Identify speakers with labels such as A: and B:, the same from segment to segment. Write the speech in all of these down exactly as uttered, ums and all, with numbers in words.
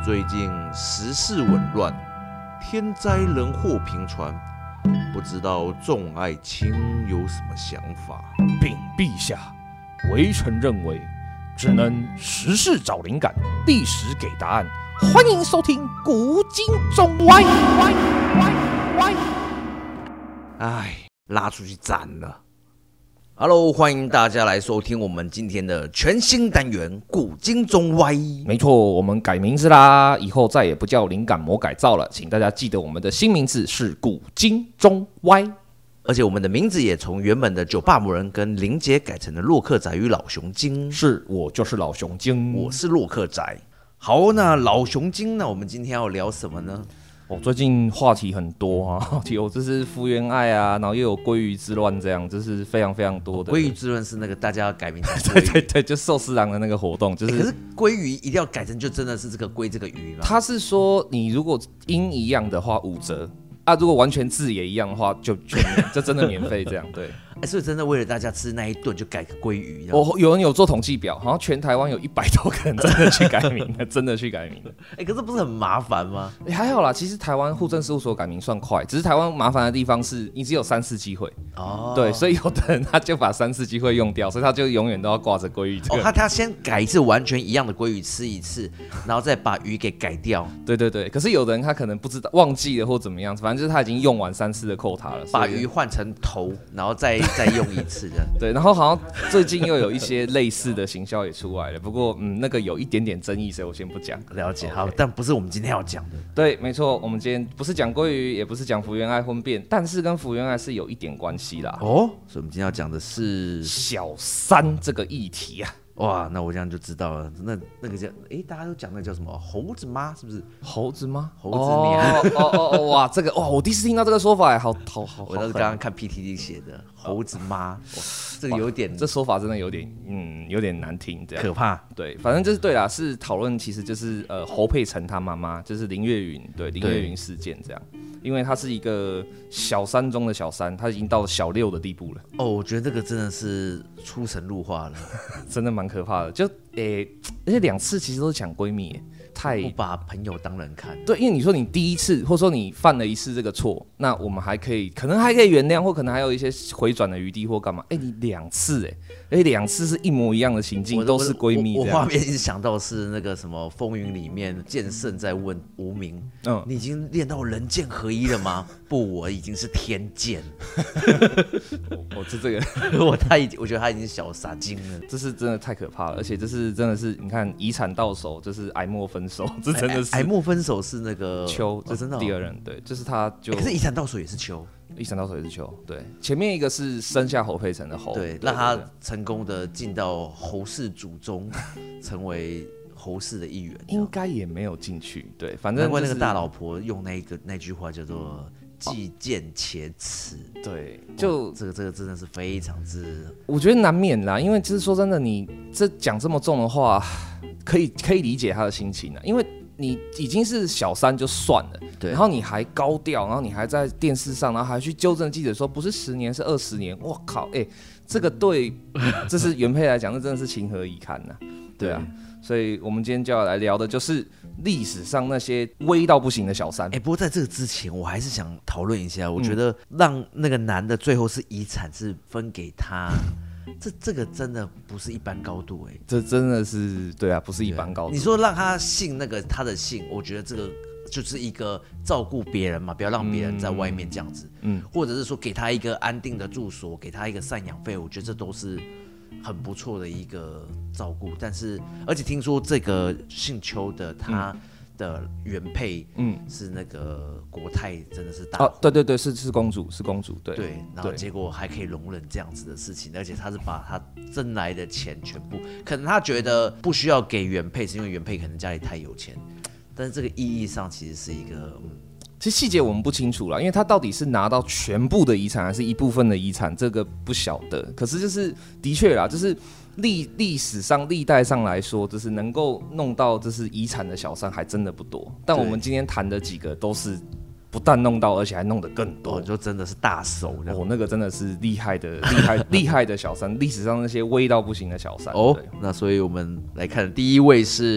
A: 最近时事紊乱，天灾人祸频传，不知道众爱卿有什么想法？
B: 禀陛下，微臣认为，只能时事找灵感，历史给答案。欢迎收听《古今中歪歪歪歪》。
A: 哎，拉出去斩了。Hello， 欢迎大家来收听我们今天的全新单元《古今中歪》。
B: 没错，我们改名字啦，以后再也不叫灵感魔改造了，请大家记得我们的新名字是《古今中歪》。
A: 而且我们的名字也从原本的酒吧魔人跟林姐改成了洛克仔与老熊精。
B: 是我就是老熊精，
A: 我是洛克仔。好，那老熊精，那我们今天要聊什么呢？
B: 哦，最近话题很多啊，有就是福原爱啊，然后又有鲑鱼之乱，这样就是非常非常多的。
A: 鲑鱼之乱是那个大家要改名成
B: 对对对，就寿司郎的那个活动，就是。
A: 欸、可是鲑鱼一定要改成就真的是这个鲑这个鱼吗？
B: 他是说你如果音一样的话五折啊，如果完全字也一样的话就就就真的免费这样。对。
A: 哎、欸，所以真的为了大家吃那一顿就改个鲑鱼。
B: 我、哦、有人有做统计表，好像全台湾有一百多个人真的去改名了，真的去改名了。
A: 哎、欸，可是不是很麻烦吗？
B: 欸、还好啦，其实台湾户政事务所改名算快，只是台湾麻烦的地方是你只有三次机会。哦。对，所以有的人他就把三次机会用掉，所以他就永远都要挂着鲑鱼这个。
A: 哦，他他先改一次完全一样的鲑鱼吃一次，然后再把鱼给改掉。
B: 对对对，可是有的人他可能不知道忘记了或怎么样，反正就是他已经用完三次的扣塔了，
A: 把鱼换成头，然后再再用一次。
B: 对，然后好像最近又有一些类似的行销也出来了，不过嗯，那个有一点点争议，所以我先不讲。
A: 了解， okay. 好，但不是我们今天要讲的。
B: 对，没错，我们今天不是讲鲑鱼，也不是讲福原爱婚变，但是跟福原爱是有一点关系啦。
A: 哦，所以我们今天要讲的是
B: 小三这个议题啊。
A: 哇，那我这样就知道了。那那个叫，哎，大家都讲那个叫什么猴子妈，是不是？
B: 猴子妈，
A: 猴子娘。
B: 哦哦哦哦，哇，这个哇，我第一次听到这个说法，好好好。
A: 我都是刚刚看 P T T 写的，猴子妈，这个有点，
B: 这说法真的有点，嗯，有点难听，这样
A: 可怕。
B: 对，反正就是对啦，是讨论，其实就是呃，侯佩岑她妈妈，就是林月云，对林月云事件这样。因为他是一个小三中的小三，他已经到了小六的地步了。
A: 哦，我觉得这个真的是出神入化了，
B: 真的蛮可怕的。就诶、欸，而且两次其实都是抢闺蜜耶，太
A: 不把朋友当人看。
B: 对，因为你说你第一次，或者说你犯了一次这个错，那我们还可以，可能还可以原谅，或可能还有一些回转的余地或干嘛。哎、欸，你两次哎，而且两次是一模一样的情境，都是闺蜜。
A: 我画面一直想到是那个什么《风云》里面剑圣在问无名，嗯，你已经练到人剑合一了吗？不，我已经是天剑。
B: 我这这个，
A: 我他已经，我觉得他已经是小傻精了。
B: 这是真的太可怕了，而且这是真的是，你看遗产到手，就是哀莫分手，这真的是
A: 哀莫分手是那个
B: 秋，
A: 这真的、哦、
B: 第二任，对，就是他就，
A: 欸、可是遗产到手也是秋。
B: 遗产到手也是秋，对，前面一个是生下侯佩岑的侯，
A: 对，让他成功的进到侯氏祖宗，成为侯氏的一员。
B: 应该也没有进去，对，反正、就是、
A: 难怪那个大老婆用那一个那句话叫做既见且耻，
B: 对，就
A: 这个这个真的是非常之，
B: 我觉得难免啦，因为就是说真的，你这讲这么重的话，可以可以理解他的心情啊，因为。你已经是小三就算了，对，然后你还高调，然后你还在电视上，然后还去纠正记者说不是十年是二十年，我靠，哎、欸，这个对，这是原配来讲，那真的是情何以堪呐、啊，对啊，所以我们今天就要来聊的就是历史上那些威到不行的小三。
A: 哎、欸，不过在这个之前，我还是想讨论一下，我觉得让那个男的最后是遗产是分给他。这这个真的不是一般高度哎、欸，
B: 这真的是对啊，不是一般高度。
A: 你说让他信那个他的信，我觉得这个就是一个照顾别人嘛，不要让别人在外面这样子，嗯，或者是说给他一个安定的住所，给他一个赡养费，我觉得这都是很不错的一个照顾。但是，而且听说这个姓邱的他。嗯的原配，嗯，是那个国泰，真的是大
B: 哦，对对对，是是公主，是公主，对
A: 对，然后结果还可以容忍这样子的事情，而且他是把他挣来的钱全部，可能他觉得不需要给原配，是因为原配可能家里太有钱，但是这个意义上其实是一个，嗯，
B: 其实细节我们不清楚啦，因为他到底是拿到全部的遗产还是一部分的遗产，这个不晓得。可是就是的确啦，就是。历历史上历代上来说，就是能够弄到就是遗产的小三还真的不多。但我们今天谈的几个都是不但弄到，而且还弄得更多，
A: 哦、就真的是大手
B: 哦，那个真的是厉害的厉害厉害的小三，历史上那些威到不行的小三。
A: 哦，那所以我们来看第一位是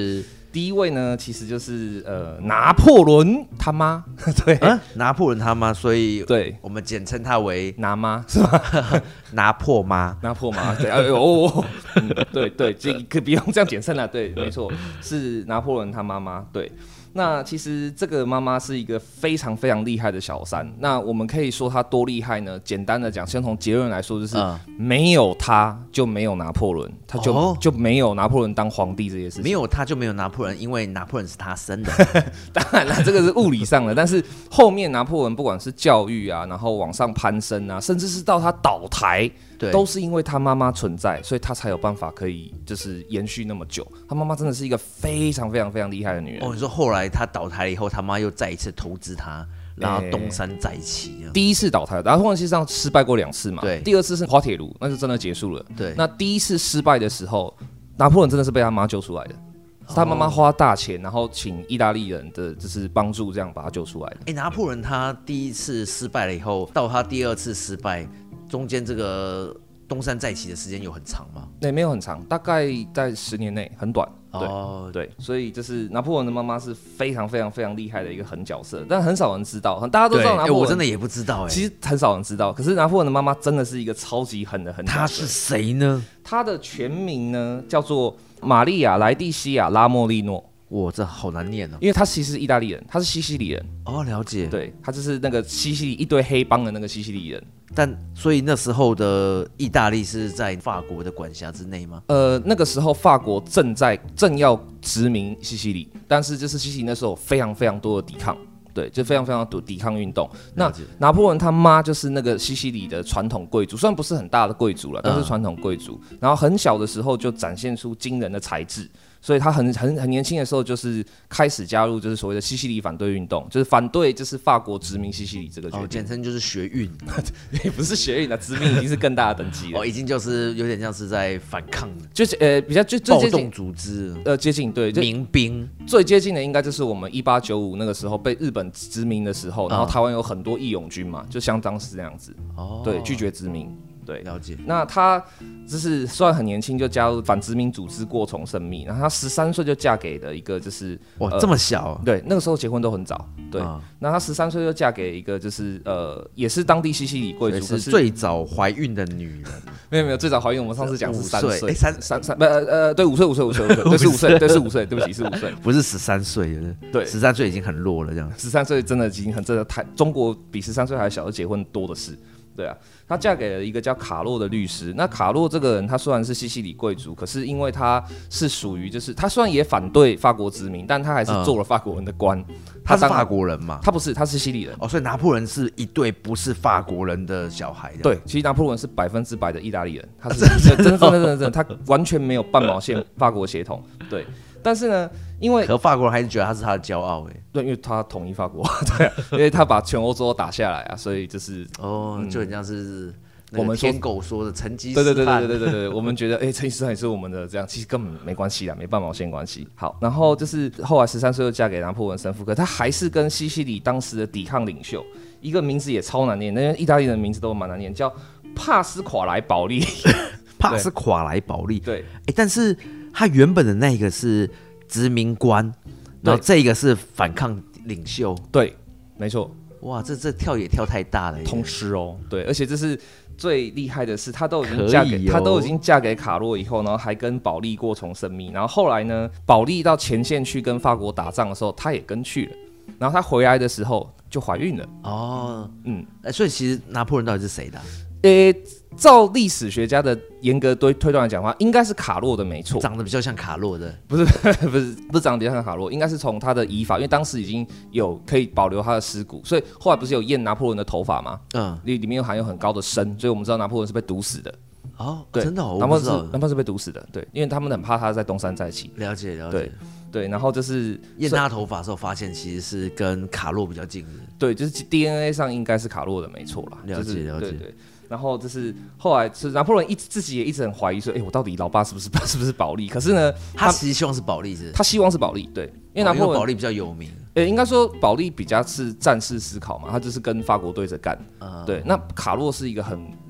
B: 第一位呢，其实就是呃拿破仑他妈，对、
A: 啊，拿破仑他妈，所以
B: 对
A: 我们简称他为
B: 拿妈是吧？
A: 拿破妈，
B: 拿破妈，对，哎呦、哦嗯，对对，这可不用这样简称了，对，没错，是拿破仑他妈妈，对。那其实这个妈妈是一个非常非常厉害的小三。那我们可以说她多厉害呢？简单的讲，先从结论来说，就是没有她就没有拿破仑，他就、哦、就没有拿破仑当皇帝这些事情。
A: 没有他就没有拿破仑，因为拿破仑是他生的。
B: 当然了，这个是物理上的，但是后面拿破仑不管是教育啊，然后往上攀升啊，甚至是到他倒台。都是因为他妈妈存在，所以他才有办法可以就是延续那么久。他妈妈真的是一个非常非常非常厉害的女人。
A: 哦，你说后来他倒台以后，他妈又再一次投资他，然后东山再起。
B: 第一次倒台，然后后来其实上失败过两次嘛。
A: 对，
B: 第二次是滑铁卢，那就真的结束了。
A: 对，
B: 那第一次失败的时候，拿破仑真的是被他妈救出来的。是他妈妈花大钱，然后请意大利人的就是帮助，这样把他救出来的。
A: 哎，拿破仑他第一次失败了以后，到他第二次失败，中间这个东山再起的时间有很长吗？
B: 对，没有很长，大概在十年内，很短。对、
A: 哦、
B: 对，所以就是拿破仑的妈妈是非常非常非常厉害的一个狠角色，但很少人知道，大家都知道拿破仑，
A: 我真的也不知道哎，
B: 其实很少人知道。可是拿破仑的妈妈真的是一个超级狠的狠角色。
A: 她是谁呢？
B: 她的全名呢叫做玛丽亚·莱蒂西亚·拉莫利诺。
A: 哇，这好难念哦！
B: 因为他其实是意大利人，他是西西里人。
A: 哦，了解。
B: 对，他就是那个西西里一堆黑帮的那个西西里人。
A: 但所以那时候的意大利是在法国的管辖之内吗？
B: 呃，那个时候法国正在正要殖民西西里，但是就是西西里那时候有非常非常多的抵抗。对，就非常非常多抵抗运动。那拿破仑他妈就是那个西西里的传统贵族，虽然不是很大的贵族了，但是传统贵族。嗯、然后很小的时候就展现出惊人的才智。所以他很很很年轻的时候，就是开始加入就是所谓的西西里反对运动，就是反对就是法国殖民西西里这个决定，
A: 哦、简称就是学运，
B: 也不是学运啊，殖民已经是更大的等级了，
A: 哦，已经就是有点像是在反抗，
B: 就是呃比较就最接近
A: 暴动组织，
B: 呃接近对
A: 民兵，
B: 最接近的应该就是我们一八九五那个时候被日本殖民的时候，然后台湾有很多义勇军嘛，就相当是这样子，哦，对，拒绝殖民。对，
A: 了解。
B: 那他就是虽然很年轻就加入反殖民组织过从甚密，然后他十三岁就嫁给了一个就是
A: 哇、呃、这么小、啊，
B: 对，那个时候结婚都很早。对，啊、那他十三岁就嫁给一个就是呃也是当地西西里贵族，
A: 是最早怀孕的女人。
B: 没有没有，最早怀孕我们上次讲是三岁，
A: 哎三
B: 三三呃呃对五岁五岁五岁五岁，对是五岁，对是五岁，对不起是五岁，
A: 不是十三岁，对，十三岁已经很弱了这样。
B: 十三岁真的已经很真的太中国比十三岁还小的结婚多的是。对啊，她嫁给了一个叫卡洛的律师。那卡洛这个人，他虽然是西西里贵族，可是因为他是属于就是他虽然也反对法国殖民，但他还是做了法国人的官。嗯、
A: 他是法国人嘛？
B: 他不是，他是西西里人。
A: 哦，所以拿破仑是一对不是法国人的小孩。
B: 对，其实拿破仑是百分之百的意大利人，他是真的真的真的真的，他完全没有半毛线法国血统。对。但是呢，因为
A: 可法国人还是觉得他是他的骄傲哎，
B: 对，因为他统一法国，对、啊，因为他把全欧洲打下来啊，所以就是
A: 哦，嗯、就很像是我们天狗说的成吉思
B: 汗，对对对对对对对，我们觉得哎，成吉思汗也是我们的这样，其实根本没关系啦，没半毛线关系。好，然后就是后来十三岁就嫁给拿破仑生父，可他还是跟西西里当时的抵抗领袖，一个名字也超难念，那些意大利人的名字都蛮难念，叫帕斯垮莱保利，
A: 帕斯垮莱保利，
B: 对，
A: 哎，但是他原本的那个是殖民官，然后这个是反抗领袖，
B: 对，没错。
A: 哇，这这跳也跳太大了，
B: 同时哦，对，而且这是最厉害的是，她都已经嫁给、哦、她都已经嫁给卡洛以后，然后还跟保利过从甚密，然后后来呢，保利到前线去跟法国打仗的时候，她也跟去了，然后她回来的时候就怀孕了。
A: 哦，嗯，所以其实拿破仑到底是谁的、啊？
B: 诶、欸，照历史学家的严格推推断来讲的话，应该是卡洛的没错，
A: 长得比较像卡洛的，
B: 不是不是不是长得比较像卡洛，应该是从他的遗发，因为当时已经有可以保留他的尸骨，所以后来不是有验拿破仑的头发吗？嗯，里里面有含有很高的砷，所以我们知道拿破仑是被毒死的。
A: 哦，对，真的、哦，
B: 拿破仑是拿破仑是被毒死的，对，因为他们很怕他在东山再起。
A: 了解了解，
B: 对对，然后就是
A: 验他头发的时候发现其实是跟卡洛比较近的，
B: 对，就是 D N A 上应该是卡洛的没错啦。
A: 了解了解，
B: 对对。然后就是后来是拿破仑一直自己也一直很怀疑说，哎、欸，我到底老爸是不是是不是保利？可是呢，
A: 他, 他其实希望是保利，是
B: 他希望是保利，对，因为拿破仑、
A: 哦、保利比较有名。
B: 呃、欸，应该说保利比较是战士思考嘛，他就是跟法国对着干。嗯、对，那卡洛是一个很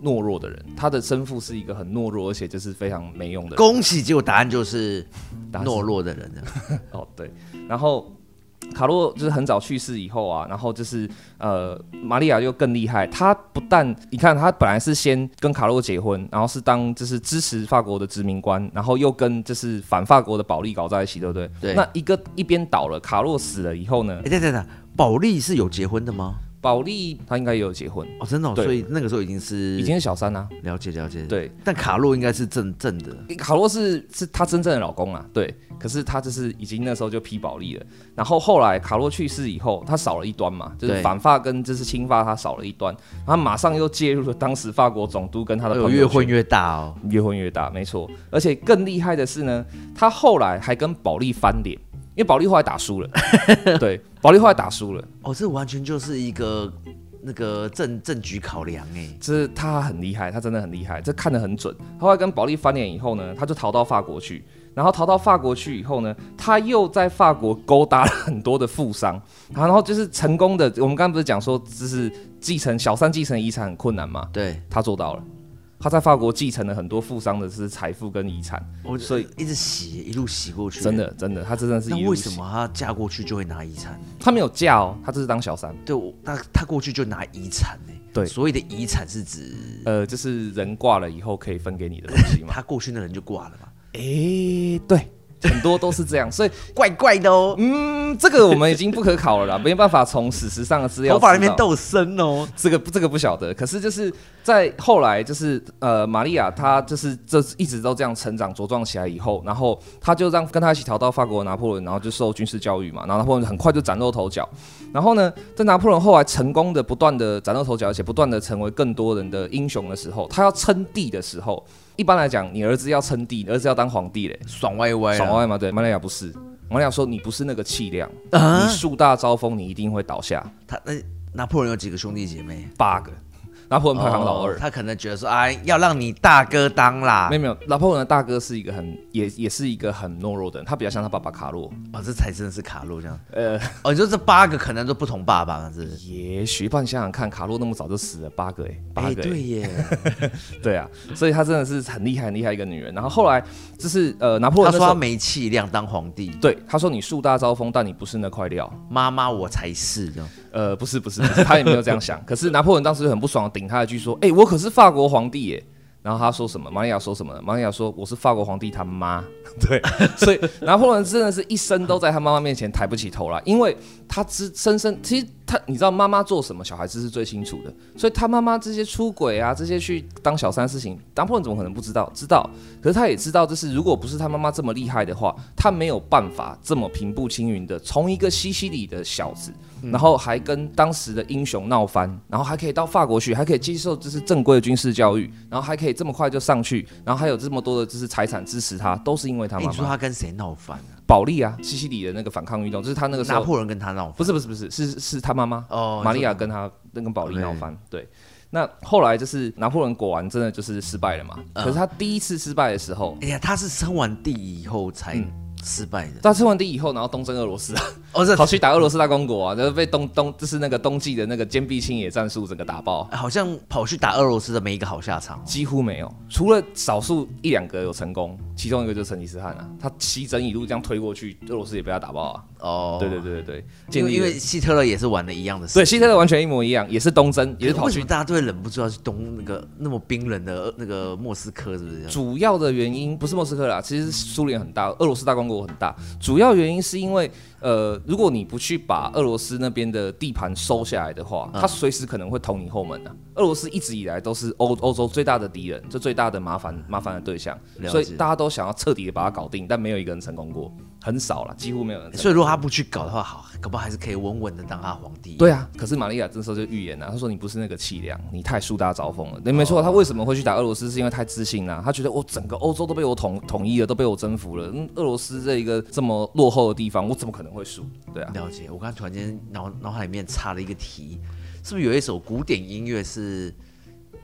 B: 懦弱的人，他的生父是一个很懦弱而且就是非常没用的人。
A: 恭喜，结果答案就是懦弱的人
B: 哦，对，然后。卡洛就是很早去世以后啊，然后就是呃，玛利亚又更厉害。她不但你看，她本来是先跟卡洛结婚，然后是当就是支持法国的殖民官，然后又跟就是反法国的保利搞在一起，对不对？
A: 对。
B: 那一个一边倒了，卡洛死了以后呢？
A: 哎，对对对，保利是有结婚的吗？
B: 保利他应该也有结婚
A: 哦，真的、哦，所以那个时候已经是
B: 已经是小三啦、啊。
A: 了解了解，
B: 对。
A: 但卡洛应该是正正的，
B: 卡洛是是他真正的老公啊，对。可是他就是已经那时候就批保利了，然后后来卡洛去世以后，他少了一端嘛，就是反法跟就是亲法他少了一端，他马上又介入了当时法国总督跟他的朋友、哎、
A: 越混越大哦，
B: 越混越大，没错。而且更厉害的是呢，他后来还跟保利翻脸。因为保利后来打输了，对，保利后来打输了。
A: 哦，这完全就是一个那个政政局考量哎，
B: 这他很厉害，他真的很厉害，这看得很准。后来跟保利翻脸以后呢，他就逃到法国去，然后逃到法国去以后呢，他又在法国勾搭了很多的富商，然后就是成功的。我们刚刚不是讲说，就是继承小三继承遗产很困难吗？
A: 对，
B: 他做到了。他在法国继承了很多富商的是财富跟遗产，所以
A: 一直洗，一路洗过去。
B: 真的，真的，他真的是一路洗。
A: 那为什么他嫁过去就会拿遗产？
B: 他没有嫁哦，他只是当小三。
A: 对，他他过去就拿遗产呢。
B: 对，
A: 所谓的遗产是指，
B: 呃，就是人挂了以后可以分给你的东西嘛。
A: 他过去那人就挂了嘛。
B: 哎、欸，对。很多都是这样，所以
A: 怪怪的哦。
B: 嗯，这个我们已经不可考了啦，没办法从史实上的资料。
A: 头发里面都有深哦，
B: 这个这个不晓得。可是就是在后来，就是呃，玛利亚她就是这一直都这样成长茁壮起来以后，然后她就让跟她一起逃到法国的拿破仑，然后就受军事教育嘛，然后拿破仑很快就崭露头角。然后呢，在拿破仑后来成功的不断的崭露头角，而且不断的成为更多人的英雄的时候，他要称帝的时候。一般来讲，你儿子要称帝，你儿子要当皇帝嘞，
A: 爽歪歪，
B: 爽歪嘛？对，玛利亚不是，玛利亚说你不是那个气量，啊、你树大招风，你一定会倒下。
A: 他那拿破仑有几个兄弟姐妹？
B: 八个。拿破仑排行老二、
A: 哦，他可能觉得说，哎，要让你大哥当啦。
B: 没有没有，拿破仑的大哥是一个很也也是一个很懦弱的人，他比较像他爸爸卡洛。
A: 哦，这才真的是卡洛这样。呃，哦，你说这八个可能都不同爸爸，是不是？
B: 也许，不然你想想看，卡洛那么早就死了，八个哎，八个、欸、
A: 对耶。
B: 对啊，所以他真的是很厉害很厉害一个女人。然后后来就是呃，拿破仑
A: 他说他没气量当皇帝。
B: 对，他说你树大招风，但你不是那块料。
A: 妈妈，我才是这样。
B: 呃，不是不是不是，他也没有这样想。可是拿破仑当时很不爽，顶他一句说：“哎、欸，我可是法国皇帝耶。”然后他说什么？玛利亚说什么？玛利亚说：“我是法国皇帝他妈。”对，所以拿破仑真的是一生都在他妈妈面前抬不起头来，因为他只深深其实他你知道妈妈做什么，小孩子是最清楚的。所以他妈妈这些出轨啊，这些去当小三的事情，拿破仑怎么可能不知道？知道，可是他也知道，就是如果不是他妈妈这么厉害的话，他没有办法这么平步青云的从一个西西里的小子。然后还跟当时的英雄闹翻，然后还可以到法国去，还可以接受就是正规的军事教育，然后还可以这么快就上去，然后还有这么多的就是财产支持他，都是因为他妈妈。
A: 你说他跟谁闹翻啊？
B: 保利啊，西西里的那个反抗运动，就是他那个时候
A: 拿破仑跟他闹翻，
B: 不是不是不是，是是他妈妈哦，玛利亚跟他跟保利闹翻，对。那后来就是拿破仑果然真的就是失败了嘛，嗯、可是他第一次失败的时候，
A: 哎呀，他是称完帝以后才。嗯失败的，
B: 他称完帝以后，然后东征俄罗斯啊，哦，跑去打俄罗斯大公国啊，就是被东东就是那个冬季的那个坚壁清野战术整个打爆，
A: 好像跑去打俄罗斯的没一个好下场、哦，
B: 几乎没有，除了少数一两个有成功，其中一个就是成吉思汗啊，他西征一路这样推过去，俄罗斯也被他打爆啊。哦，对对对对对，
A: 因为因为希特勒也是玩的一样的事，
B: 对，希特勒完全一模一样，也是东征，也是跑去。
A: 为什么大家都会忍不住要去东那个那么冰冷的那个莫斯科，是不是？
B: 主要的原因不是莫斯科啦，其实苏联很大，俄罗斯大公国很大。主要原因是因为，呃，如果你不去把俄罗斯那边的地盘收下来的话，他随时可能会捅你后门啊。俄罗斯一直以来都是欧欧洲最大的敌人，就最大的麻烦麻烦的对象，所以大家都想要彻底的把它搞定，但没有一个人成功过，很少啦，几乎没有人成功。
A: 所以如果他不去搞的话，好，搞不好还是可以稳稳的当他皇帝。
B: 对啊，可是玛利亚这时候就预言了，他说你不是那个气量，你太树大招风了。没错，他为什么会去打俄罗斯，是因为太自信了，他觉得我整个欧洲都被我统统一了，都被我征服了，嗯，俄罗斯这一个这么落后的地方，我怎么可能会输？对啊，
A: 了解。我刚才突然间脑脑海里面插了一个题，是不是有一首古典音乐是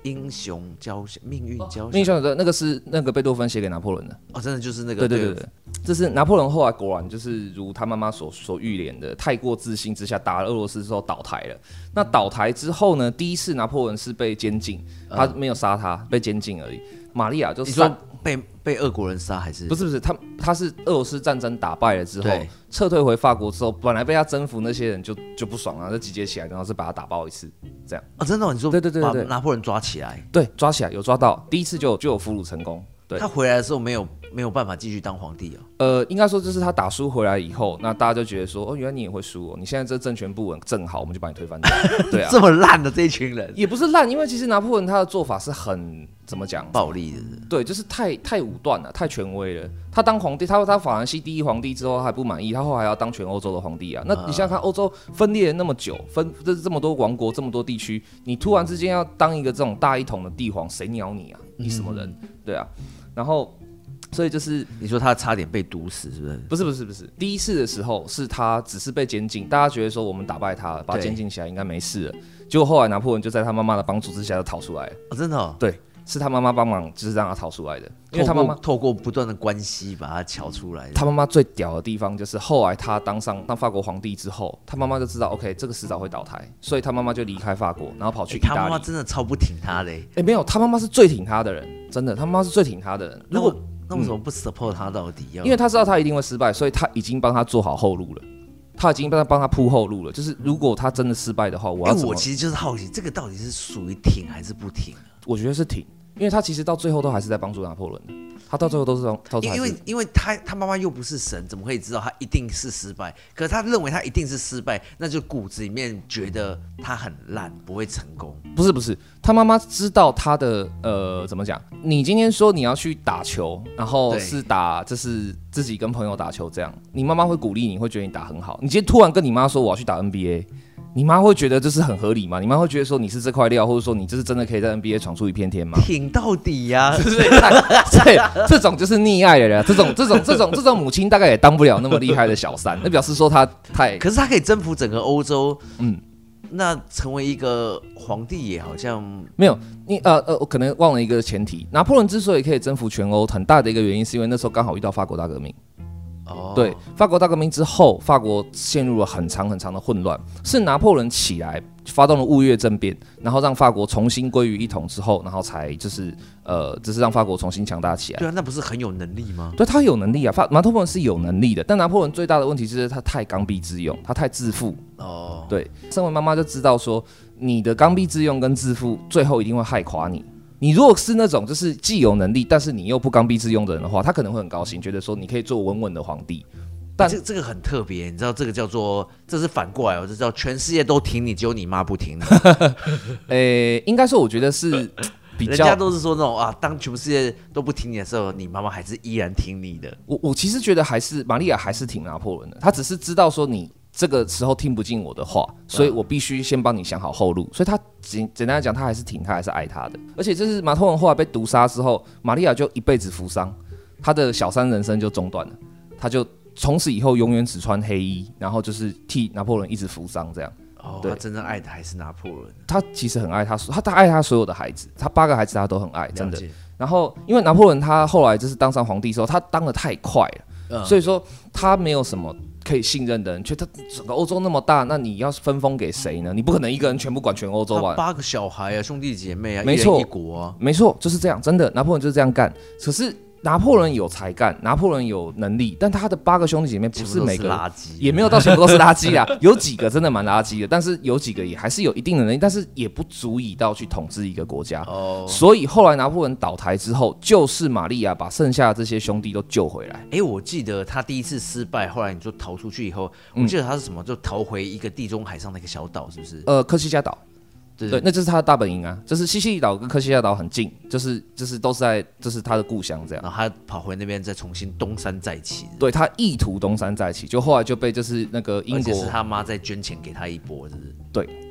A: 英雄交响，命运交响，
B: 命运交响的那个是那个贝多芬写给拿破仑的。
A: 哦，真的就是那个。
B: 对对对对，这是拿破仑后来果然就是如他妈妈所所预言的，太过自信之下打了俄罗斯之后倒台了。那倒台之后呢，第一次拿破仑是被监禁，他没有杀他，被监禁而已。玛利亚就杀。
A: 被被俄国人杀还是
B: 不是不是他他是俄罗斯战争打败了之后撤退回法国之后，本来被他征服那些人就就不爽了，就集结起来，然后是把他打爆一次，这样
A: 啊、哦，真的、哦？你说
B: 对对对对，
A: 把拿破仑抓起来，
B: 对，抓起来有抓到，第一次就有就有俘虏成功。对，
A: 他回来的时候没有没有办法继续当皇帝哦。
B: 呃，应该说就是他打输回来以后，那大家就觉得说，哦，原来你也会输哦，你现在这政权不稳，正好我们就把你推翻掉。对啊，
A: 这么烂的这一群人，
B: 也不是烂，因为其实拿破仑他的做法是很怎么讲，
A: 暴力的，
B: 对，就是太太武断了，太权威了。他当皇帝，他他法兰西第一皇帝之后他还不满意，他后来还要当全欧洲的皇帝啊。那你想想看，欧洲分裂了那么久，分这这么多王国，这么多地区，你突然之间要当一个这种大一统的帝皇，谁鸟你啊？你什么人？嗯、对啊，然后。所以就是
A: 你说他差点被毒死，是不是？
B: 不是不是不是，第一次的时候是他只是被监禁，大家觉得说我们打败他，把他监禁起来应该没事了。结果后来拿破仑就在他妈妈的帮助之下就逃出来了。
A: 哦，真的、哦？
B: 对，是他妈妈帮忙，就是让他逃出来的。因为他妈妈
A: 透过不断的关系把他撬出来的。
B: 他妈妈最屌的地方就是后来他当上当法国皇帝之后，他妈妈就知道 OK 这个迟早会倒台，所以他妈妈就离开法国，然后跑去意大利。
A: 欸、他妈妈真的超不挺他的、欸。
B: 哎、欸，没有，他妈妈是最挺他的人，真的，他妈妈是最挺他的人。如果
A: 那为什么不 support 他到底？
B: 因为他知道他一定会失败，所以他已经帮他做好后路了。他已经帮他帮他铺后路了。就是如果他真的失败的话，我要怎么？
A: 我其实就是好奇，这个到底是属于挺还是不挺、啊？
B: 我觉得是挺，因为他其实到最后都还是在帮助拿破仑的。他到最后都是都是
A: 因为因为他他妈妈又不是神，怎么可以知道他一定是失败？可是他认为他一定是失败，那就骨子里面觉得他很烂，不会成功。
B: 不是不是，他妈妈知道他的呃怎么讲？你今天说你要去打球，然后是打就是自己跟朋友打球这样，你妈妈会鼓励你，会觉得你打很好。你今天突然跟你妈说我要去打 N B A。你妈会觉得这是很合理吗？你妈会觉得说你是这块料，或者说你这是真的可以在 N B A 闯出一片天吗？
A: 挺到底呀、啊！
B: 对，这种就是溺爱的人，这种这种这种这种母亲大概也当不了那么厉害的小三，那表示说他太……
A: 可是他可以征服整个欧洲，嗯，那成为一个皇帝也好像
B: 没有你呃呃，我可能忘了一个前提，拿破仑之所以可以征服全欧，很大的一个原因是因为那时候刚好遇到法国大革命。Oh. 对，法国大革命之后，法国陷入了很长很长的混乱，是拿破仑起来发动了雾月政变，然后让法国重新归于一统之后，然后才就是呃，就是让法国重新强大起来。
A: 对啊，那不是很有能力吗？
B: 对，他有能力啊，法拿破仑是有能力的，但拿破仑最大的问题就是他太刚愎自用，他太自负。哦， oh. 对，身为妈妈就知道说，你的刚愎自用跟自负，最后一定会害垮你。你如果是那种就是既有能力，但是你又不刚愎自用的人的话，他可能会很高兴，觉得说你可以做稳稳的皇帝。但
A: 这这个很特别，你知道这个叫做，这是反过来，这叫全世界都挺你，只有你妈不挺你。
B: 诶、欸，应该说我觉得是比较，
A: 人家都是说那种啊，当全世界都不挺你的时候，你妈妈还是依然挺你的。
B: 我我其实觉得还是玛利亚还是挺拿破仑的，她只是知道说你这个时候听不进我的话，所以我必须先帮你想好后路。所以他简简单来讲，他还是挺他，还是爱他的。而且这是拿破仑后来被毒杀之后，玛利亚就一辈子服伤，他的小三人生就中断了，他就从此以后永远只穿黑衣，然后就是替拿破仑一直服伤这样。
A: 哦，他真正爱的还是拿破仑。
B: 他其实很爱他，他他爱他所有的孩子，他八个孩子他都很爱，真的。然后因为拿破仑他后来就是当上皇帝的时候，他当得太快了，嗯、所以说他没有什么可以信任的人，觉得整个欧洲那么大，那你要分封给谁呢？你不可能一个人全部管全欧洲吧？
A: 八个小孩啊，兄弟姐妹啊，
B: 没错，
A: 一人一国啊，
B: 没错，就是这样，真的，拿破仑就是这样干。可是拿破仑有才干，拿破仑有能力，但他的八个兄弟姐妹不是每个
A: 垃圾，
B: 也没有到全部都是垃圾啦，有几个真的蛮垃圾的，但是有几个也还是有一定的能力，但是也不足以到去统治一个国家。哦，所以后来拿破仑倒台之后，就是玛利亚把剩下的这些兄弟都救回来。
A: 哎、欸，我记得他第一次失败，后来你说逃出去以后，我记得他是什么，就逃回一个地中海上的一个小岛，是不是？
B: 呃，科西嘉岛。
A: 对,
B: 对，那就是他的大本营啊，就是西西里岛跟科西嘉岛很近，就是就是都是在，就是他的故乡这样。
A: 然后他跑回那边再重新东山再起。
B: 对，他意图东山再起，就后来就被就是那个英国，
A: 而且是他妈再捐钱给他一波，是不是？
B: 对，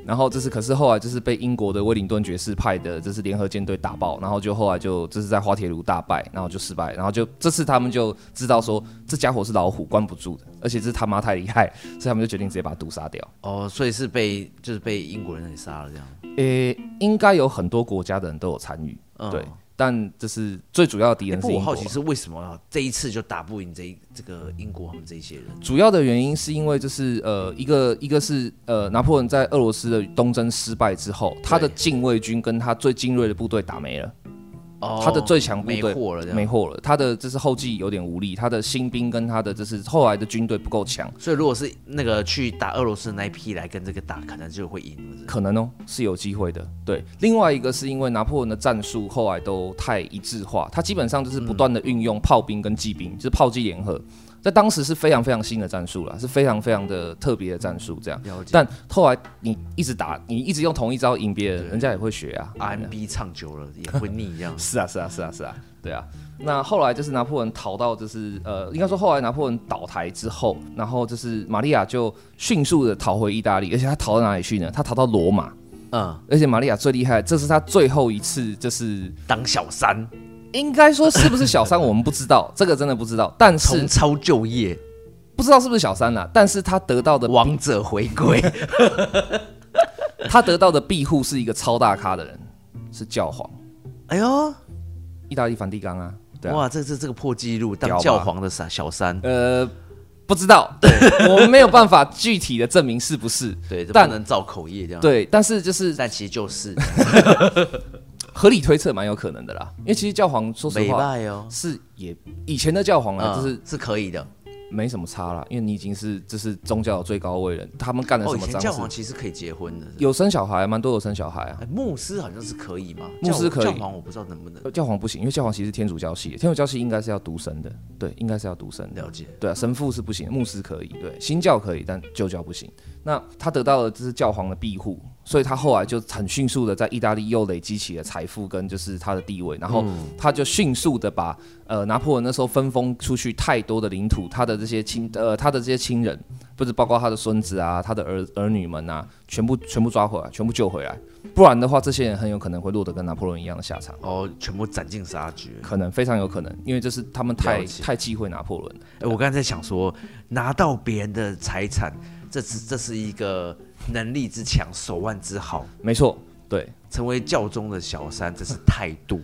B: 然后这是可是后来就是被英国的威灵顿爵士派的这是联合舰队打爆，然后就后来就这是在滑铁卢大败，然后就失败，然后就这次他们就知道说这家伙是老虎关不住的，而且这他妈太厉害，所以他们就决定直接把他毒杀掉。
A: 哦，所以是被就是被英国人给杀了这样。
B: 诶，应该有很多国家的人都有参与，嗯、对。但这是最主要的敌人是英国。
A: 不，我好奇是为什么这一次就打不赢这这个英国他们这些人？
B: 主要的原因是因为就是呃一个一个是呃拿破仑在俄罗斯的东征失败之后，他的禁卫军跟他最精锐的部队打没了。哦、他的最强部队
A: 没货了，
B: 没货了。他的这是后继有点无力，他的新兵跟他的这是后来的军队不够强，
A: 所以如果是那个去打俄罗斯的那一批来跟这个打，可能就会赢了。
B: 可能哦，是有机会的。对，另外一个是因为拿破仑的战术后来都太一致化，他基本上就是不断的运用炮兵跟骑兵，嗯、就是炮骑联合。在当时是非常非常新的战术啦，是非常非常的特别的战术这样。但后来你一直打，你一直用同一招赢别人，人家也会学啊。
A: R and B 唱久了也会腻这样。
B: 是啊是啊是啊是啊，对啊。那后来就是拿破仑逃到就是呃，应该说后来拿破仑倒台之后，然后就是玛利亚就迅速的逃回意大利，而且他逃到哪里去呢？他逃到罗马。嗯，而且玛利亚最厉害，这是他最后一次就是
A: 当小三。
B: 应该说是不是小三我们不知道，这个真的不知道。但是
A: 重操旧业，
B: 不知道是不是小三啦。但是他得到的
A: 王者回归，
B: 他得到的庇护是一个超大咖的人，是教皇。
A: 哎呦，
B: 意大利梵蒂冈啊！对啊，
A: 哇，这这这个破纪录，当教皇的小三。
B: 呃，不知道，对我们没有办法具体的证明是不是。
A: 对，这不能造口业这样。
B: 对，但是就是，
A: 但其实就是。
B: 合理推测蛮有可能的啦，因为其实教皇说实话、
A: 哦、
B: 是也以前的教皇啊，就是、
A: 嗯、是可以的，
B: 没什么差啦，因为你已经是就是宗教的最高位人，他们干了什么脏事？
A: 哦，以前教皇其实可以结婚的，
B: 有生小孩，蛮多有生小孩啊。
A: 欸、牧师好像是可以吗？
B: 牧师可以，
A: 教皇我不知道能不能。
B: 教皇不行，因为教皇其实是天主教系的，天主教系应该是要独身的，对，应该是要独身的。
A: 了解。
B: 对啊，神父是不行，牧师可以，对，新教可以，但旧教不行。那他得到的就是教皇的庇护，所以他后来就很迅速的在意大利又累积起了财富跟就是他的地位，然后他就迅速的把呃拿破仑那时候分封出去太多的领土，他的这些亲呃他的这些亲人，不是包括他的孙子啊，他的儿儿女们啊，全部全部抓回来，全部救回来，不然的话，这些人很有可能会落得跟拿破仑一样的下场。
A: 哦，全部斩尽杀绝，
B: 可能非常有可能，因为这是他们太太忌讳拿破仑了。
A: 欸、我刚才在想说，拿到别人的财产。这是这是一个能力之强，手腕之好，
B: 没错，对，
A: 成为教宗的小三，这是态度，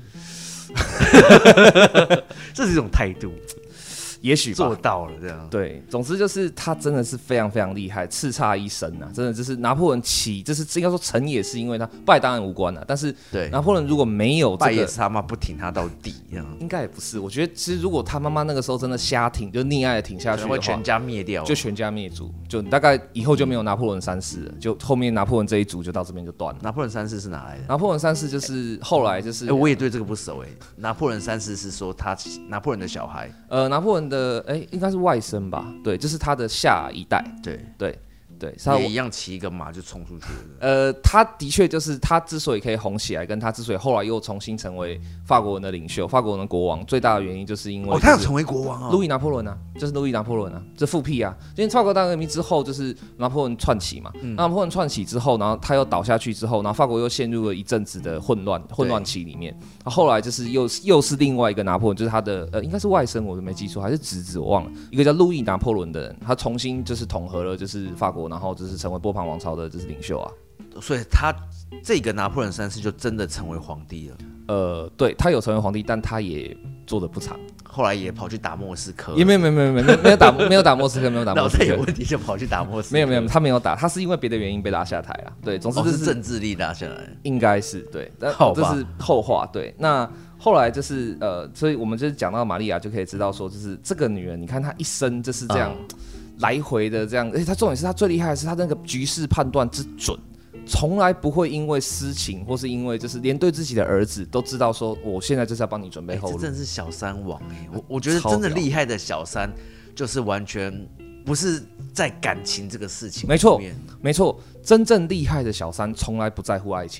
A: 这是一种态度，
B: 也许
A: 做到了这样。
B: 对，总之就是他真的是非常非常厉害，叱咤一生啊！真的就是拿破仑起，这是应该说成也是因为他败当然无关啊，但是
A: 对
B: 拿破仑如果没有这个，
A: 败也是他妈不挺他到底这样。
B: 应该也不是，我觉得其实如果他妈妈那个时候真的瞎挺，就溺爱的挺下去的话，
A: 会全家灭掉，
B: 就全家灭族，就大概以后就没有拿破仑三世了，就后面拿破仑这一族就到这边就断了。
A: 拿破仑三世是哪来的？
B: 拿破仑三世就是后来就是，
A: 欸、我也对这个不熟哎、欸。拿破仑三世是说他拿破仑的小孩，
B: 呃，拿破仑的哎、欸、应该是外甥吧？对，就是他的下一代。
A: 对
B: 对对，
A: 也一样骑一个马就冲出去了。
B: 呃，他的确就是他之所以可以红起来，跟他之所以后来又重新成为法国人的领袖、法国人的国王，最大的原因就是因为、就是、
A: 哦，他有成为国王哦，
B: 路易拿破仑啊，就是路易拿破仑啊，这复辟啊。因为法国大革命之后，就是拿破仑窜起嘛，嗯、拿破仑窜起之后，然后他又倒下去之后，然后法国又陷入了一阵子的混乱混乱期里面。后来就是又又是另外一个拿破仑，就是他的呃应该是外甥，我都没记错，还是侄子我忘了，一个叫路易拿破仑的人，他重新就是统合了就是法国，然后就是成为波旁王朝的就是领袖啊。
A: 所以他这个拿破仑三世就真的成为皇帝了。
B: 呃，对，他有成为皇帝，但他也做得不长，
A: 后来也跑去打莫斯科，
B: 也没有没有没有没有没有打没有打莫斯科，没有打莫斯科，
A: 脑袋有问题就跑去打莫斯科，
B: 没有没有，他没有打，他是因为别的原因被拉下台啊。对，总之这 是,、
A: 哦、是政治力拉下来，
B: 应该是对，但这是后话。对，那后来就是呃，所以我们就是讲到玛利亚就可以知道说，就是这个女人，你看她一生就是这样。嗯来回的这样，而且他重点是他最厉害的是他那个局势判断之准，从来不会因为私情或是因为就是连对自己的儿子都知道说我现在就是要帮你准备后路。
A: 欸、这真的是小三王哎、欸！我我觉得真的厉害的小三就是完全不是在感情这个事情，
B: 没错没错，真正厉害的小三从来不在乎爱情。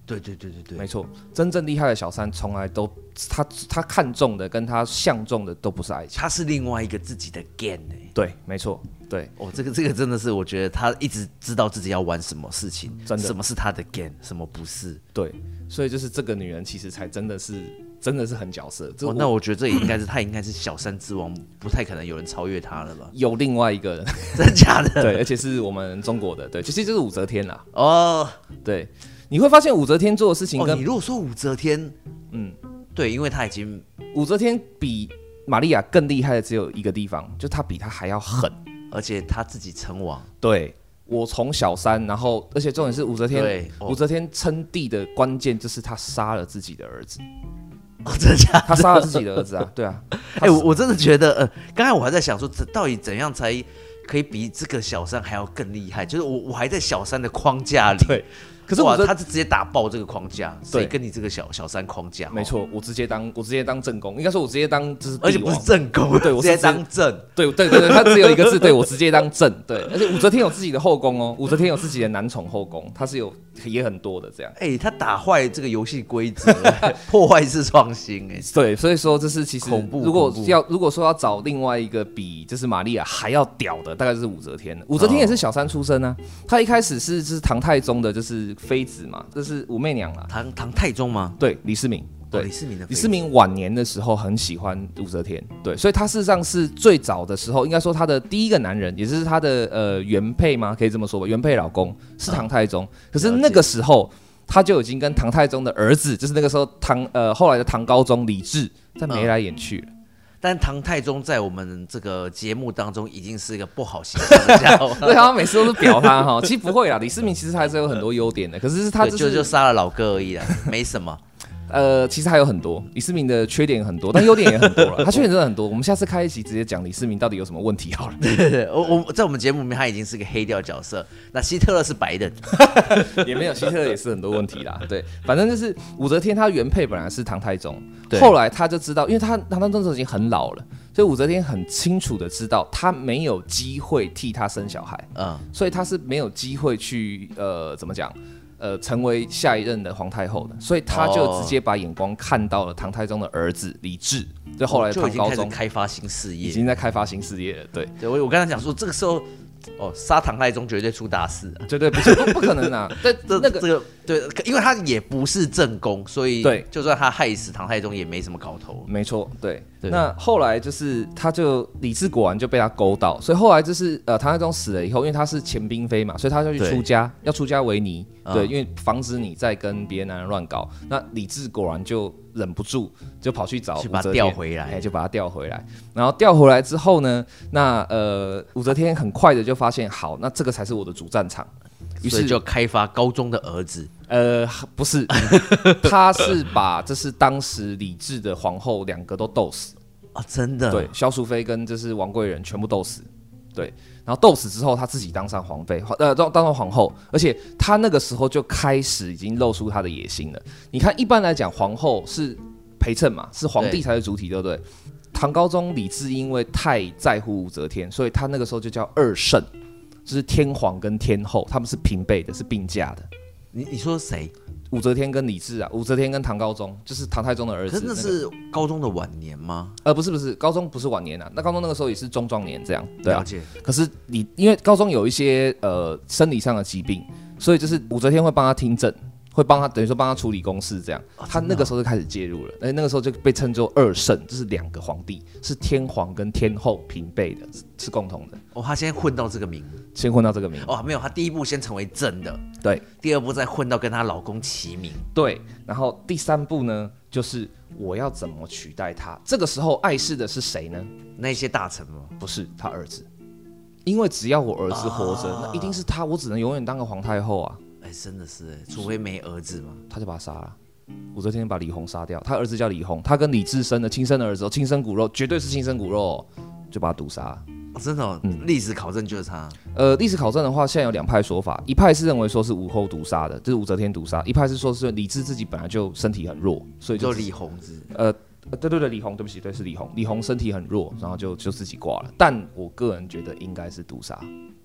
A: 对对对对对，
B: 没错，真正厉害的小三从来都他他看中的跟他相中的都不是爱情，
A: 他是另外一个自己的 game 哎、欸。
B: 对，没错，对，
A: 哦，这个这个真的是我觉得他一直知道自己要玩什么事情，
B: 真的
A: 什么是他的 game， 什么不是。
B: 对，所以就是这个女人其实才真的是真的是很角色。
A: 哦，那我觉得这也应该是他应该是小三之王，不太可能有人超越他了吧？
B: 有另外一个人，
A: 真的假的？
B: 对，而且是我们中国的，对，其实就是武则天啦。
A: 哦，
B: 对。你会发现武则天做的事情跟、
A: 哦、你如果说武则天，嗯，对，因为他已经
B: 武则天比玛利亚更厉害的只有一个地方，就她比她还要狠，
A: 而且她自己称王。
B: 对，我从小三，然后而且重点是武则天，哦、武则天称帝的关键就是她杀了自己的儿子。
A: 哦，真的假的？
B: 她杀了自己的儿子啊，对啊。
A: 哎、欸，我真的觉得，呃，刚才我还在想说，到底怎样才可以比这个小三还要更厉害？就是我我还在小三的框架里。
B: 对。可是我
A: 他是直接打爆这个框架，谁跟你这个小小三框架？
B: 没错，我直接当我直接当正宫，应该说我直接当就是，
A: 而且不是正宫，
B: 对我
A: 直接当正，
B: 对对对对，他只有一个字，对我直接当正，对，而且武则天有自己的后宫哦，武则天有自己的男宠后宫，他是有也很多的这样。
A: 哎、欸，他打坏这个游戏规则，破坏式创新，哎，
B: 对，所以说这是其实
A: 恐怖。
B: 如果要如果说要找另外一个比就是玛利亚还要屌的，大概就是武则天。武则天也是小三出身啊，她一开始是就是唐太宗的就是妃子嘛。这是武媚娘啦，
A: 唐唐太宗吗？
B: 对，李世民，对，
A: 哦、李世民的
B: 李世民晚年的时候很喜欢武则天，对，所以他事实上是最早的时候，应该说他的第一个男人，也就是他的呃原配吗？可以这么说吧，原配老公是唐太宗，嗯、可是那个时候他就已经跟唐太宗的儿子，就是那个时候唐呃后来的唐高宗李治，在眉来眼去了。嗯，
A: 但唐太宗在我们这个节目当中已经是一个不好形象的家伙，
B: 对，他每次都是表他哈，其实不会啦，李世民其实还是有很多优点的，可是他、就是、
A: 就就杀了老哥而已啦，没什么。
B: 呃，其实还有很多，李世民的缺点很多，但优点也很多了。他缺点真的很多，我们下次开一集直接讲李世民到底有什么问题好了。
A: 对对对，我我在我们节目里面他已经是个黑调角色，那希特勒是白的，
B: 也没有，希特勒也是很多问题啦。对，反正就是武则天她原配本来是唐太宗，后来他就知道，因为他唐太宗已经很老了，所以武则天很清楚的知道他没有机会替他生小孩，嗯，所以他是没有机会去呃怎么讲？呃，成为下一任的皇太后的，所以他就直接把眼光看到了唐太宗的儿子李治，就后来唐高宗、
A: 哦、就已经开始开发新事业，
B: 已经在开发新事业了。对，
A: 对我我刚才讲说，这个时候哦，杀唐太宗绝对出大事、啊，
B: 绝对不不不可能啊！但
A: 这
B: 那个
A: 这个对，因为他也不是正宫，所以
B: 对，
A: 就算他害死唐太宗也没什么搞头。
B: 没错，对。
A: 对，
B: 那后来就是他就李治果然就被他勾到，所以后来就是呃唐太宗死了以后，因为他是前嫔妃嘛，所以他就去出家，要出家为尼，对，嗯、因为防止你再跟别的男人乱搞。那李治果然就忍不住，就跑去找武则天，
A: 去把他调回来，
B: 哎，就把他调回来。然后调回来之后呢，那呃武则天很快的就发现，好，那这个才是我的主战场。
A: 于是就开发高宗的儿子，
B: 呃，不是，他是把这是当时李治的皇后两个都斗死
A: 啊、哦，真的，
B: 对，萧淑妃跟就是王贵人全部斗死，对，然后斗死之后，他自己当上皇妃，呃，当当上皇后，而且他那个时候就开始已经露出他的野心了。你看，一般来讲，皇后是陪衬嘛，是皇帝才是主体， 对, 对不对？唐高宗李治因为太在乎武则天，所以他那个时候就叫二圣。就是天皇跟天后，他们是平辈的，是并驾的。
A: 你你说谁？
B: 武则天跟李治啊，武则天跟唐高宗，就是唐太宗的儿子。
A: 可是那是高宗的晚年吗？
B: 呃，不是不是，高宗不是晚年啊，那高宗那个时候也是中壮年这样。对啊、
A: 了解。
B: 可是你因为高宗有一些呃生理上的疾病，所以就是武则天会帮他听政。会帮他等于说帮他处理公事这样，哦、他那个时候就开始介入了，而那个时候就被称作二圣，就是两个皇帝，是天皇跟天后平辈的，是共同的。
A: 哦，他先混到这个名，
B: 先混到这个名。
A: 哦，没有，他第一步先成为正的，
B: 对，
A: 第二步再混到跟她老公齐名，
B: 对，然后第三步呢，就是我要怎么取代他。这个时候碍事的是谁呢？
A: 那些大臣吗？
B: 不是，他儿子，因为只要我儿子活着，啊、那一定是他，我只能永远当个皇太后啊。
A: 哎、欸，真的是哎，除非没儿子嘛，
B: 他就把他杀了。武则天把李弘杀掉，他儿子叫李弘，他跟李治生的亲生的儿子，亲生骨肉，绝对是亲生骨肉、哦，就把他毒杀了。
A: 哦、真的、哦，历、嗯、史考证就是他。
B: 呃，历史考证的话，现在有两派说法，一派是认为说是武后毒杀的，就是武则天毒杀；一派是说是李治自己本来就身体很弱，所以就
A: 李弘是
B: 呃。对对对，李弘，对不起，对是李弘，李弘身体很弱，然后就就自己挂了。但我个人觉得应该是毒杀。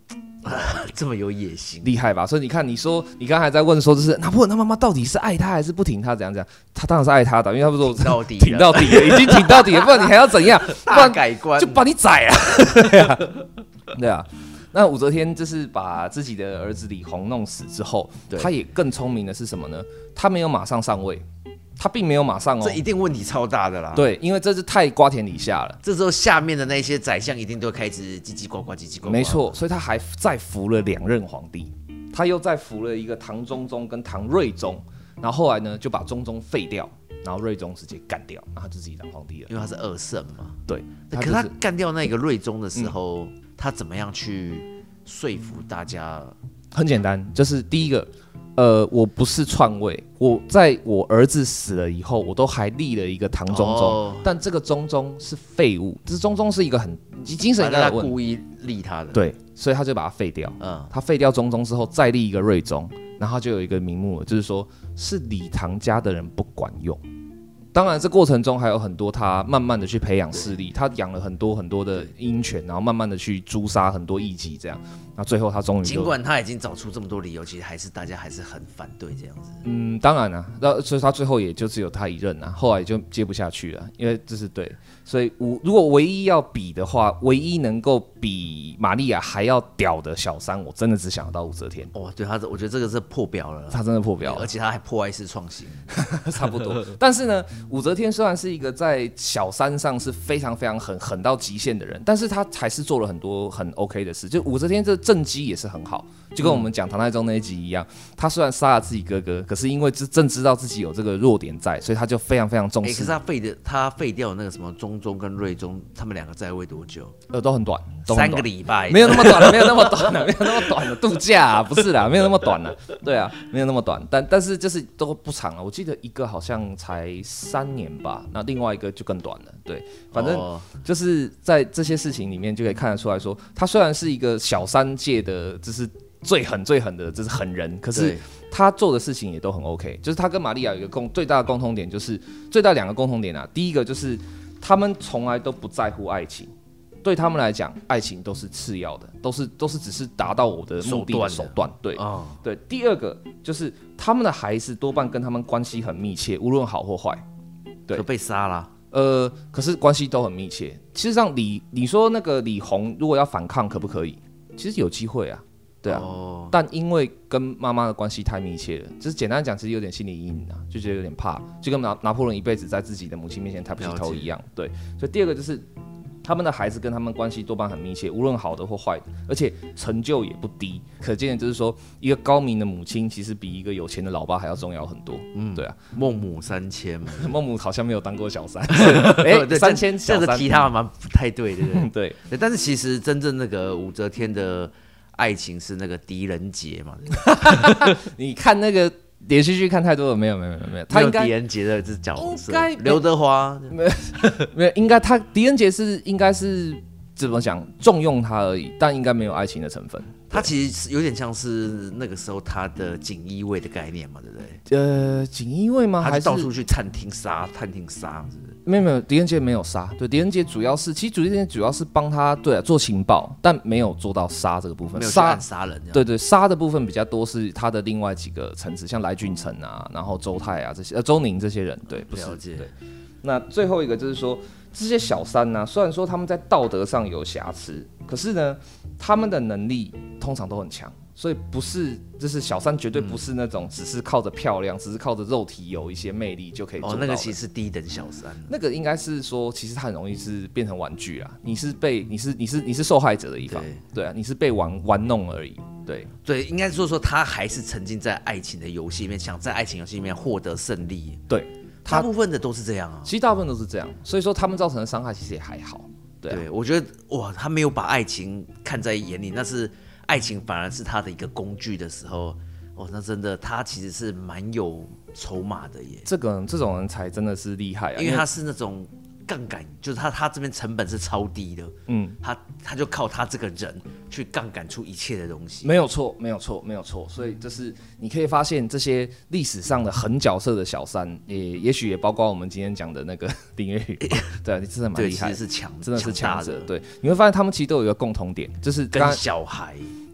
A: 这么有野心，
B: 厉害吧？所以你看，你说你刚才在问说，就是拿破仑他妈妈到底是爱他还是不挺他？怎样怎样？他当然是爱他的，因为他不是说
A: 挺到底，
B: 挺到底了，已经挺到底了，不然你还要怎样？
A: 大改观
B: 就把你宰啊！对啊，对啊。那武则天就是把自己的儿子李弘弄死之后，他也更聪明的是什么呢？他没有马上上位。他并没有马上哦，
A: 这一定问题超大的啦。
B: 对，因为这是太瓜田李下了。
A: 这时候下面的那些宰相一定都开始叽叽呱呱、叽叽呱呱。
B: 没错，所以他还再服了两任皇帝，他又再服了一个唐中宗跟唐睿宗，然后后来呢就把中宗废掉，然后睿宗直接干掉，然后他就自己当皇帝了。
A: 因为他是二圣嘛。
B: 对，
A: 可是他干掉那个睿宗的时候，嗯、他怎么样去说服大家？
B: 很简单，就是第一个。呃，我不是篡位，我在我儿子死了以后，我都还立了一个唐中宗，哦、但这个中宗是废物，这中宗是一个很精神应该有问题，
A: 他故意立他的，
B: 对，所以他就把他废掉。
A: 嗯，
B: 他废掉中宗之后，再立一个睿宗，然后就有一个名目了，就是说是李唐家的人不管用。当然，这过程中还有很多他慢慢的去培养势力，他养了很多很多的鹰犬，然后慢慢的去诛杀很多异己，这样，那最后他终于
A: 尽管他已经找出这么多理由，其实还是大家还是很反对这样子。
B: 嗯，当然啊，那所以他最后也就只有他一任啊，后来就接不下去了，因为这是对，所以我如果唯一要比的话，唯一能够比玛利亚还要屌的小三，我真的只想得到武则天。
A: 哦，对他，我觉得这个是破表了，
B: 他真的破表了，
A: 而且他还破坏式创新，
B: 差不多。但是呢。武则天虽然是一个在小三上是非常非常狠狠到极限的人，但是他还是做了很多很 OK 的事。就武则天这政绩也是很好，就跟我们讲唐太宗那一集一样。他虽然杀了自己哥哥，可是因为正知道自己有这个弱点在，所以他就非常非常重视。
A: 欸、可是他废的，他废掉那个什么中宗跟睿宗，他们两个在位多久？
B: 呃，都很短，都
A: 很短三个礼拜，
B: 没有那么短了，没有那么短了，没有那么短了，度假、啊、不是啦，没有那么短了。对啊，没有那么短，但但是就是都不长了。我记得一个好像才三年吧。那另外一个就更短了，对，反正就是在这些事情里面就可以看得出来说，他虽然是一个小三界的，就是最狠最狠的，就是狠人，可是他做的事情也都很 OK。就是他跟玛利亚有一个共最大的共同点，就是最大两个共同点啊，第一个就是他们从来都不在乎爱情。对他们来讲，爱情都是次要的，都是都是只是达到我的目的的手段。对、哦、对。第二个就是他们的孩子多半跟他们关系很密切，无论好或坏。对，
A: 被杀了。
B: 呃，可是关系都很密切。事实上李，你说那个李弘如果要反抗，可不可以？其实有机会啊，对啊。哦、但因为跟妈妈的关系太密切了，就是简单讲，其实有点心理阴影啊，就觉得有点怕，就跟拿拿破仑一辈子在自己的母亲面前抬不起头一样。对，所以第二个就是他们的孩子跟他们关系多半很密切，无论好的或坏的，而且成就也不低。可见的就是说，一个高明的母亲其实比一个有钱的老爸还要重要很多。嗯，对啊，
A: 孟母三迁嘛，
B: 孟母好像没有当过小三。哎、欸，三千小三，
A: 这个提他蛮不太对的。
B: 对对
A: 对，但是其实真正那个武则天的爱情是那个狄仁杰嘛。
B: 你看那个。连续剧看太多了，没有没有没有，
A: 他应该狄仁杰的这角色，刘德华
B: 没有没有，应该他狄仁杰是应该是怎么讲重用他而已，但应该没有爱情的成分。
A: 他其实有点像是那个时候他的锦衣卫的概念嘛，对不对？
B: 呃，锦衣卫吗？
A: 他就到处去探听杀，探听杀，是不是？
B: 没有没有，狄仁杰没有杀。对，狄仁杰主要是，其实狄仁杰主要是帮他对、啊、做情报，但没有做到杀这个部分。
A: 没有杀杀人。
B: 对对，杀的部分比较多是他的另外几个层次，像来俊臣啊，然后周泰啊这些，呃周宁这些人，对，不是。
A: 了解。
B: 对。那最后一个就是说，这些小三呢、啊，虽然说他们在道德上有瑕疵，可是呢，他们的能力通常都很强。所以不是，就是小三绝对不是那种只是靠着漂亮，嗯、只是靠着肉体有一些魅力就可以做到的。
A: 哦，那个其实是低等小三。
B: 那个应该是说，其实他很容易是变成玩具啊。你是被，你是你是你是受害者的一方，对, 对啊，你是被玩玩弄而已。对
A: 对，应该说说他还是沉浸在爱情的游戏里面，想在爱情游戏里面获得胜利。
B: 对，
A: 大部分的都是这样啊。
B: 其实大部分都是这样，所以说他们造成的伤害其实也还好。对, 啊、
A: 对，我觉得哇，他没有把爱情看在眼里，那是。爱情反而是他的一个工具的时候，哦，那真的他其实是蛮有筹码的耶。
B: 这个这种人才真的是厉害啊，
A: 因为他是那种杠杆，就是他他这边成本是超低的，嗯，他他就靠他这个人去杠杆出一切的东西。
B: 没有错，没有错，没有错。所以就是你可以发现这些历史上的狠角色的小三，也也许也包括我们今天讲的那个林月雨，对，你真的蛮厉害，
A: 其实是强，
B: 真的是强者。对，你会发现他们其实都有一个共同点，就是
A: 跟小孩。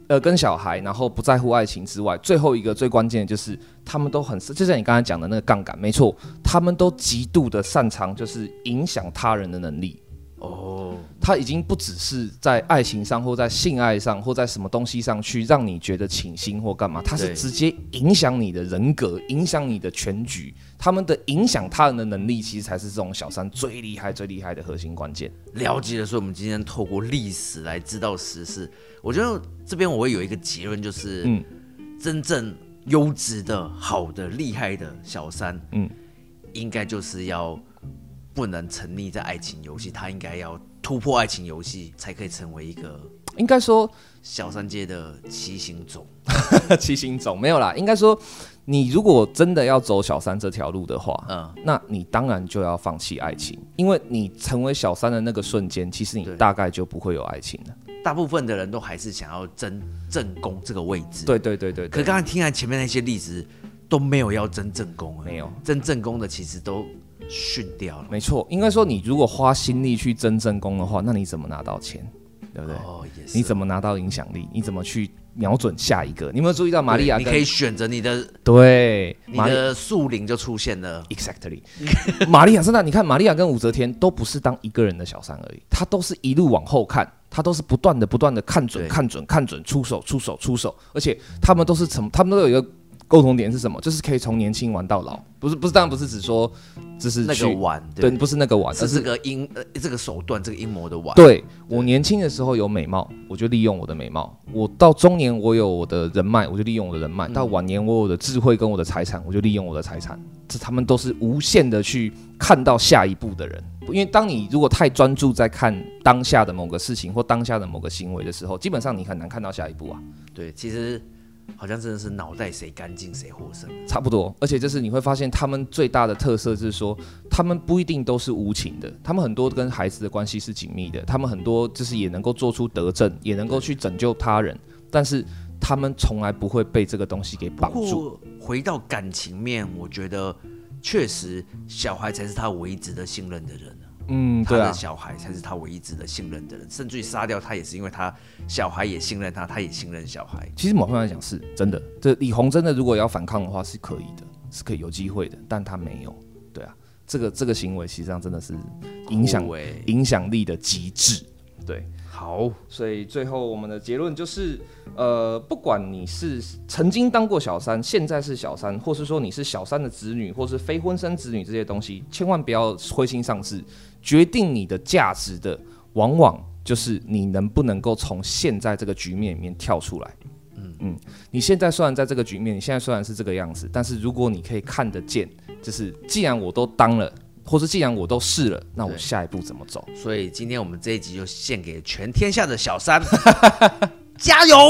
B: 呃跟小孩，然后不在乎爱情之外，最后一个最关键的就是他们都很，就像你刚才讲的那个杠杆，没错，他们都极度的擅长就是影响他人的能力。哦，他已经不只是在爱情上，或在性爱上，或在什么东西上去让你觉得倾心或干嘛，他是直接影响你的人格，影响你的全局。他们的影响他人的能力，其实才是这种小三最厉害、最厉害的核心关键。
A: 了解了，所以我们今天透过历史来知道时事。我觉得这边我会有一个结论，就是，嗯，真正优质的、好的、厉害的小三，嗯，应该就是要不能沉溺在爱情游戏，他应该要突破爱情游戏，才可以成为一个，
B: 应该说
A: 小三界的七星种。
B: 七星种没有啦，应该说，你如果真的要走小三这条路的话，嗯，那你当然就要放弃爱情，因为你成为小三的那个瞬间，其实你大概就不会有爱情了。
A: 大部分的人都还是想要争正宫这个位置。
B: 对对对 对, 对。
A: 可刚才听完前面那些例子，都没有要争正宫，
B: 没有
A: 争正宫的其实都训掉了。
B: 没错，应该说你如果花心力去争正宫的话，那你怎么拿到钱？对不对？哦，也是。你怎么拿到影响力？你怎么去瞄准下一个？你有没有注意到玛利亚？
A: 你可以选择你的，
B: 对，
A: 你的树林就出现了。
B: Exactly。玛利亚真的，你看玛利亚跟武则天都不是当一个人的小三而已，她都是一路往后看，她都是不断的、不断的看准、看准、看准，出手、出手、出手，而且他们都是什么？他们都有一个共同点是什么？就是可以从年轻玩到老，不是不是，当然不是只说就是
A: 那个玩，
B: 对，不是那个玩，
A: 是这个阴呃这个手段，这个阴谋的玩。
B: 对，我年轻的时候有美貌，我就利用我的美貌；我到中年我有我的人脉，我就利用我的人脉；嗯、到晚年我有我的智慧跟我的财产，我就利用我的财产。这他们都是无限的去看到下一步的人，因为当你如果太专注在看当下的某个事情或当下的某个行为的时候，基本上你很难看到下一步啊。
A: 对，其实。好像真的是脑袋谁干净谁获胜，
B: 差不多。而且就是你会发现，他们最大的特色是说，他们不一定都是无情的，他们很多跟孩子的关系是紧密的，他们很多就是也能够做出德政，也能够去拯救他人，但是他们从来不会被这个东西给绑住。
A: 回到感情面，我觉得确实小孩才是他唯一值得信任的人。嗯，他的小孩才是他唯一值得信任的人，甚至于杀掉他也是因为他小孩也信任他，他也信任小孩。
B: 其实某方面来讲是真的，这李红真的如果要反抗的话是可以的，是可以有机会的，但他没有。对啊，这个这个行为实际上真的是影响影响力的极致。对，
A: 好，
B: 所以最后我们的结论就是，呃，不管你是曾经当过小三，现在是小三，或是说你是小三的子女，或是非婚生子女这些东西，千万不要灰心丧志。决定你的价值的，往往就是你能不能够从现在这个局面里面跳出来。嗯嗯，你现在虽然在这个局面，你现在虽然是这个样子，但是如果你可以看得见，就是既然我都当了，或是既然我都试了，那我下一步怎么走？
A: 所以今天我们这一集就献给全天下的小三。加油！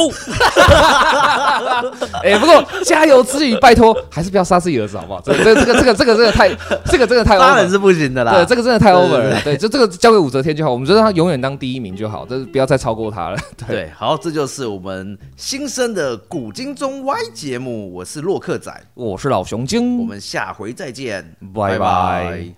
B: 哎、欸，不过加油之余，拜托还是不要杀自己儿子好不好？这、这、这个、这个、这个真的太，这个真的太 over，
A: 杀人是不行的啦。
B: 对，这个真的太 over 了。对，就这个交给武则天就好，我们就让他永远当第一名就好，这不要再超过他了。对，
A: 对，好，这就是我们新生的古今中歪节目。我是洛克仔，
B: 我是老熊精，
A: 我们下回再见，
B: 拜拜。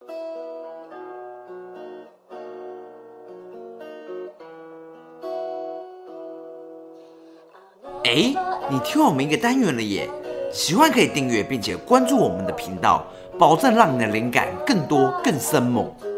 A: 哎，你听我们一个单元了耶！喜欢可以订阅并且关注我们的频道，保证让你的灵感更多更生猛。